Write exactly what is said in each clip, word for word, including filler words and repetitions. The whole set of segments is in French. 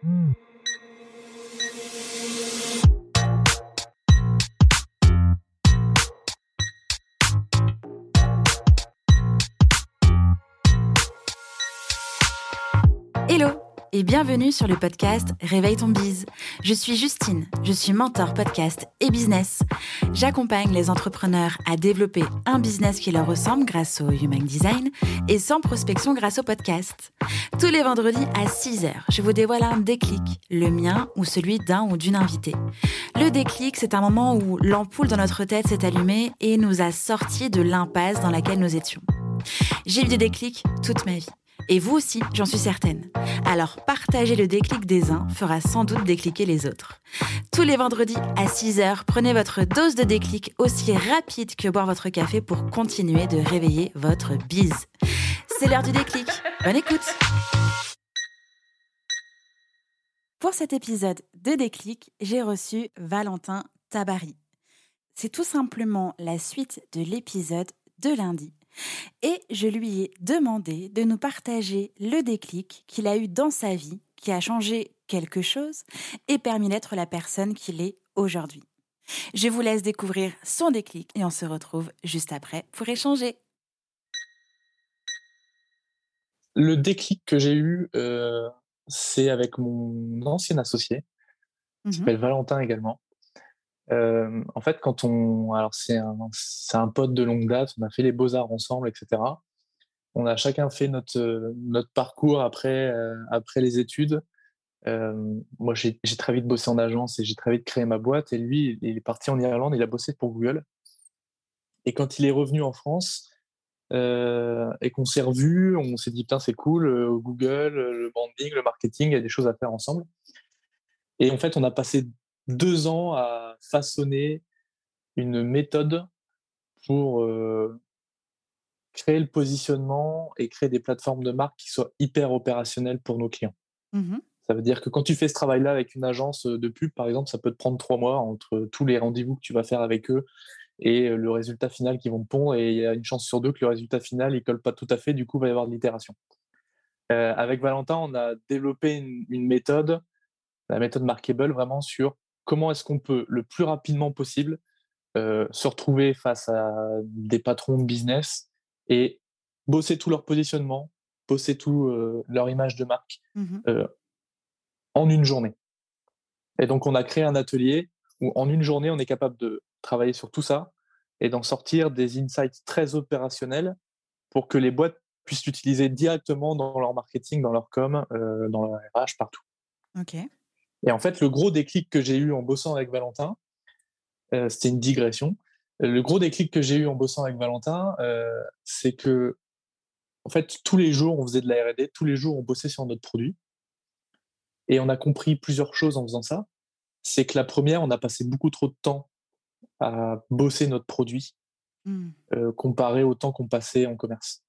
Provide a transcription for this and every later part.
Hello et bienvenue sur le podcast Réveille ton bise. Je suis Justine, je suis mentor podcast et business. J'accompagne les entrepreneurs à développer un business qui leur ressemble grâce au Human Design et sans prospection grâce au podcast. Tous les vendredis à six heures, je vous dévoile un déclic, le mien ou celui d'un ou d'une invitée. Le déclic, c'est un moment où l'ampoule dans notre tête s'est allumée et nous a sortis de l'impasse dans laquelle nous étions. J'ai eu des déclics toute ma vie. Et vous aussi, j'en suis certaine. Alors, partager le déclic des uns fera sans doute décliquer les autres. Tous les vendredis à six heures, prenez votre dose de déclic aussi rapide que boire votre café pour continuer de réveiller votre bise. C'est l'heure du déclic. Bonne écoute. Pour cet épisode de Déclic, j'ai reçu Valentin Tabary. C'est tout simplement la suite de l'épisode de lundi. Et je lui ai demandé de nous partager le déclic qu'il a eu dans sa vie, qui a changé quelque chose et permis d'être la personne qu'il est aujourd'hui. Je vous laisse découvrir son déclic et on se retrouve juste après pour échanger. Le déclic que j'ai eu, euh, c'est avec mon ancien associé, qui Mmh. s'appelle Valentin également. Euh, en fait, quand on, alors c'est un, c'est un pote de longue date, on a fait les beaux-arts ensemble, et cetera. On a chacun fait notre euh, notre parcours après euh, après les études. Euh, moi, j'ai, j'ai très vite bossé en agence et j'ai très vite créé ma boîte. Et lui, il est parti en Irlande, il a bossé pour Google. Et quand il est revenu en France euh, et qu'on s'est revus, on s'est dit putain c'est cool, euh, Google, le branding, le marketing, il y a des choses à faire ensemble. Et en fait, on a passé deux ans à façonner une méthode pour euh, créer le positionnement et créer des plateformes de marque qui soient hyper opérationnelles pour nos clients. Mmh. Ça veut dire que quand tu fais ce travail-là avec une agence de pub, par exemple, ça peut te prendre trois mois entre tous les rendez-vous que tu vas faire avec eux et le résultat final qu'ils vont te pondre. Et il y a une chance sur deux que le résultat final, il colle pas tout à fait. Du coup, il va y avoir de l'itération. Euh, avec Valentin, on a développé une, une méthode, la méthode Markable, vraiment sur comment est-ce qu'on peut le plus rapidement possible euh, se retrouver face à des patrons de business et bosser tout leur positionnement, bosser tout euh, leur image de marque Mmh. euh, en une journée. Et donc, on a créé un atelier où en une journée, on est capable de travailler sur tout ça et d'en sortir des insights très opérationnels pour que les boîtes puissent l'utiliser directement dans leur marketing, dans leur com, euh, dans leur R H, partout. Ok. Et en fait, le gros déclic que j'ai eu en bossant avec Valentin, euh, c'était une digression. Le gros déclic que j'ai eu en bossant avec Valentin, euh, c'est que, en fait, tous les jours, on faisait de la R et D, tous les jours, on bossait sur notre produit. Et on a compris plusieurs choses en faisant ça. C'est que la première, on a passé beaucoup trop de temps à bosser notre produit Mmh. euh, comparé au temps qu'on passait en commerce.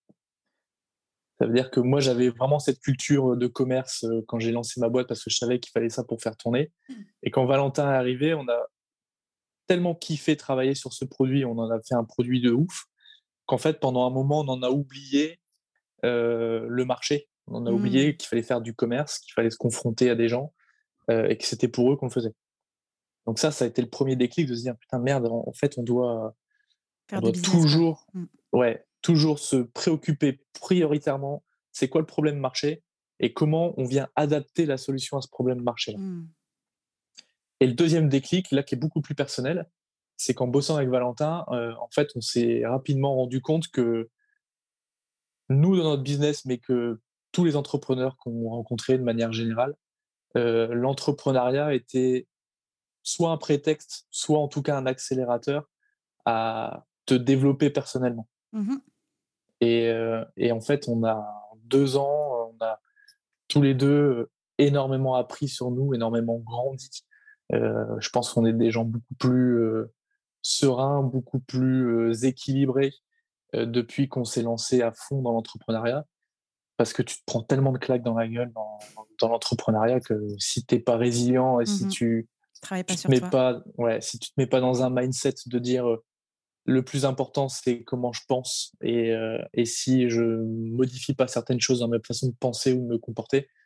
Ça veut dire que moi, j'avais vraiment cette culture de commerce euh, quand j'ai lancé ma boîte parce que je savais qu'il fallait ça pour faire tourner. Et quand Valentin est arrivé, on a tellement kiffé travailler sur ce produit, on en a fait un produit de ouf, qu'en fait, pendant un moment, on en a oublié euh, le marché. On en a Mmh. oublié qu'il fallait faire du commerce, qu'il fallait se confronter à des gens euh, et que c'était pour eux qu'on le faisait. Donc ça, ça a été le premier déclic de se dire putain merde, en en fait, on doit, on Faire du doit business, quoi. toujours, Mmh. ouais, toujours se préoccuper prioritairement, c'est quoi le problème marché et comment on vient adapter la solution à ce problème marché-là. Mmh. Et le deuxième déclic, là, qui est beaucoup plus personnel, c'est qu'en bossant avec Valentin, euh, en fait, on s'est rapidement rendu compte que nous, dans notre business, mais que tous les entrepreneurs qu'on rencontrait de manière générale, euh, l'entrepreneuriat était soit un prétexte, soit en tout cas un accélérateur à te développer personnellement. Mmh. Et, euh, et en fait, on a deux ans, on a tous les deux énormément appris sur nous, énormément grandi. Euh, je pense qu'on est des gens beaucoup plus euh, sereins, beaucoup plus euh, équilibrés euh, depuis qu'on s'est lancé à fond dans l'entrepreneuriat. Parce que tu te prends tellement de claques dans la gueule dans, dans l'entrepreneuriat que si t'es pas résilient et si Mmh. tu, Travaille pas tu te sur mets toi. pas, ouais, si tu te mets pas dans un mindset de dire euh, le plus important, c'est comment je pense. Et, euh, et si je modifie pas certaines choses dans ma façon de penser ou de me comporter,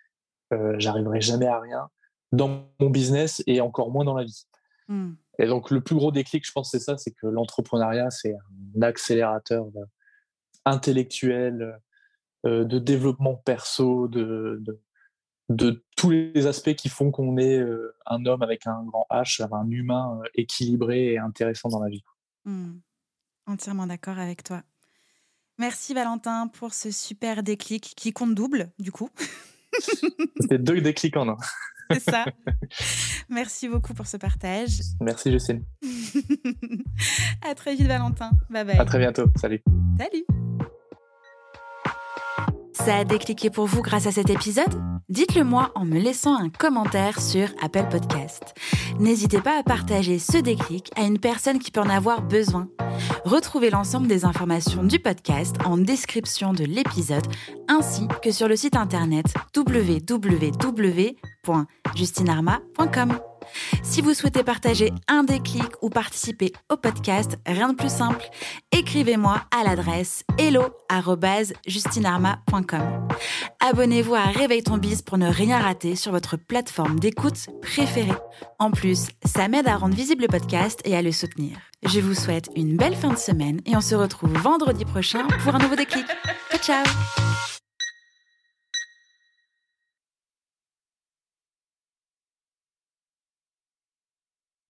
euh, j'arriverai jamais à rien dans mon business et encore moins dans la vie. Mmh. Et donc, le plus gros déclic, je pense, c'est ça, c'est que l'entrepreneuriat, c'est un accélérateur euh, intellectuel, euh, de développement perso, de, de, de tous les aspects qui font qu'on est euh, un homme avec un grand H, un humain euh, équilibré et intéressant dans la vie. Mmh. Entièrement d'accord avec toi. Merci Valentin pour ce super déclic qui compte double, du coup. C'était deux déclics en un. C'est ça. Merci beaucoup pour ce partage. Merci Justine. À très vite Valentin. Bye bye. À très bientôt. Salut. Salut. Ça a décliqué pour vous grâce à cet épisode ? Dites-le moi en me laissant un commentaire sur Apple Podcast. N'hésitez pas à partager ce déclic à une personne qui peut en avoir besoin. Retrouvez l'ensemble des informations du podcast en description de l'épisode ainsi que sur le site internet w w w point justine arma point com. Si vous souhaitez partager un déclic ou participer au podcast, rien de plus simple. Écrivez-moi à l'adresse hello arobase justine arma point com. Abonnez-vous à Réveille ton Biz pour ne rien rater sur votre plateforme d'écoute préférée. En plus, ça m'aide à rendre visible le podcast et à le soutenir. Je vous souhaite une belle fin de semaine et on se retrouve vendredi prochain pour un nouveau déclic. Ciao, ciao!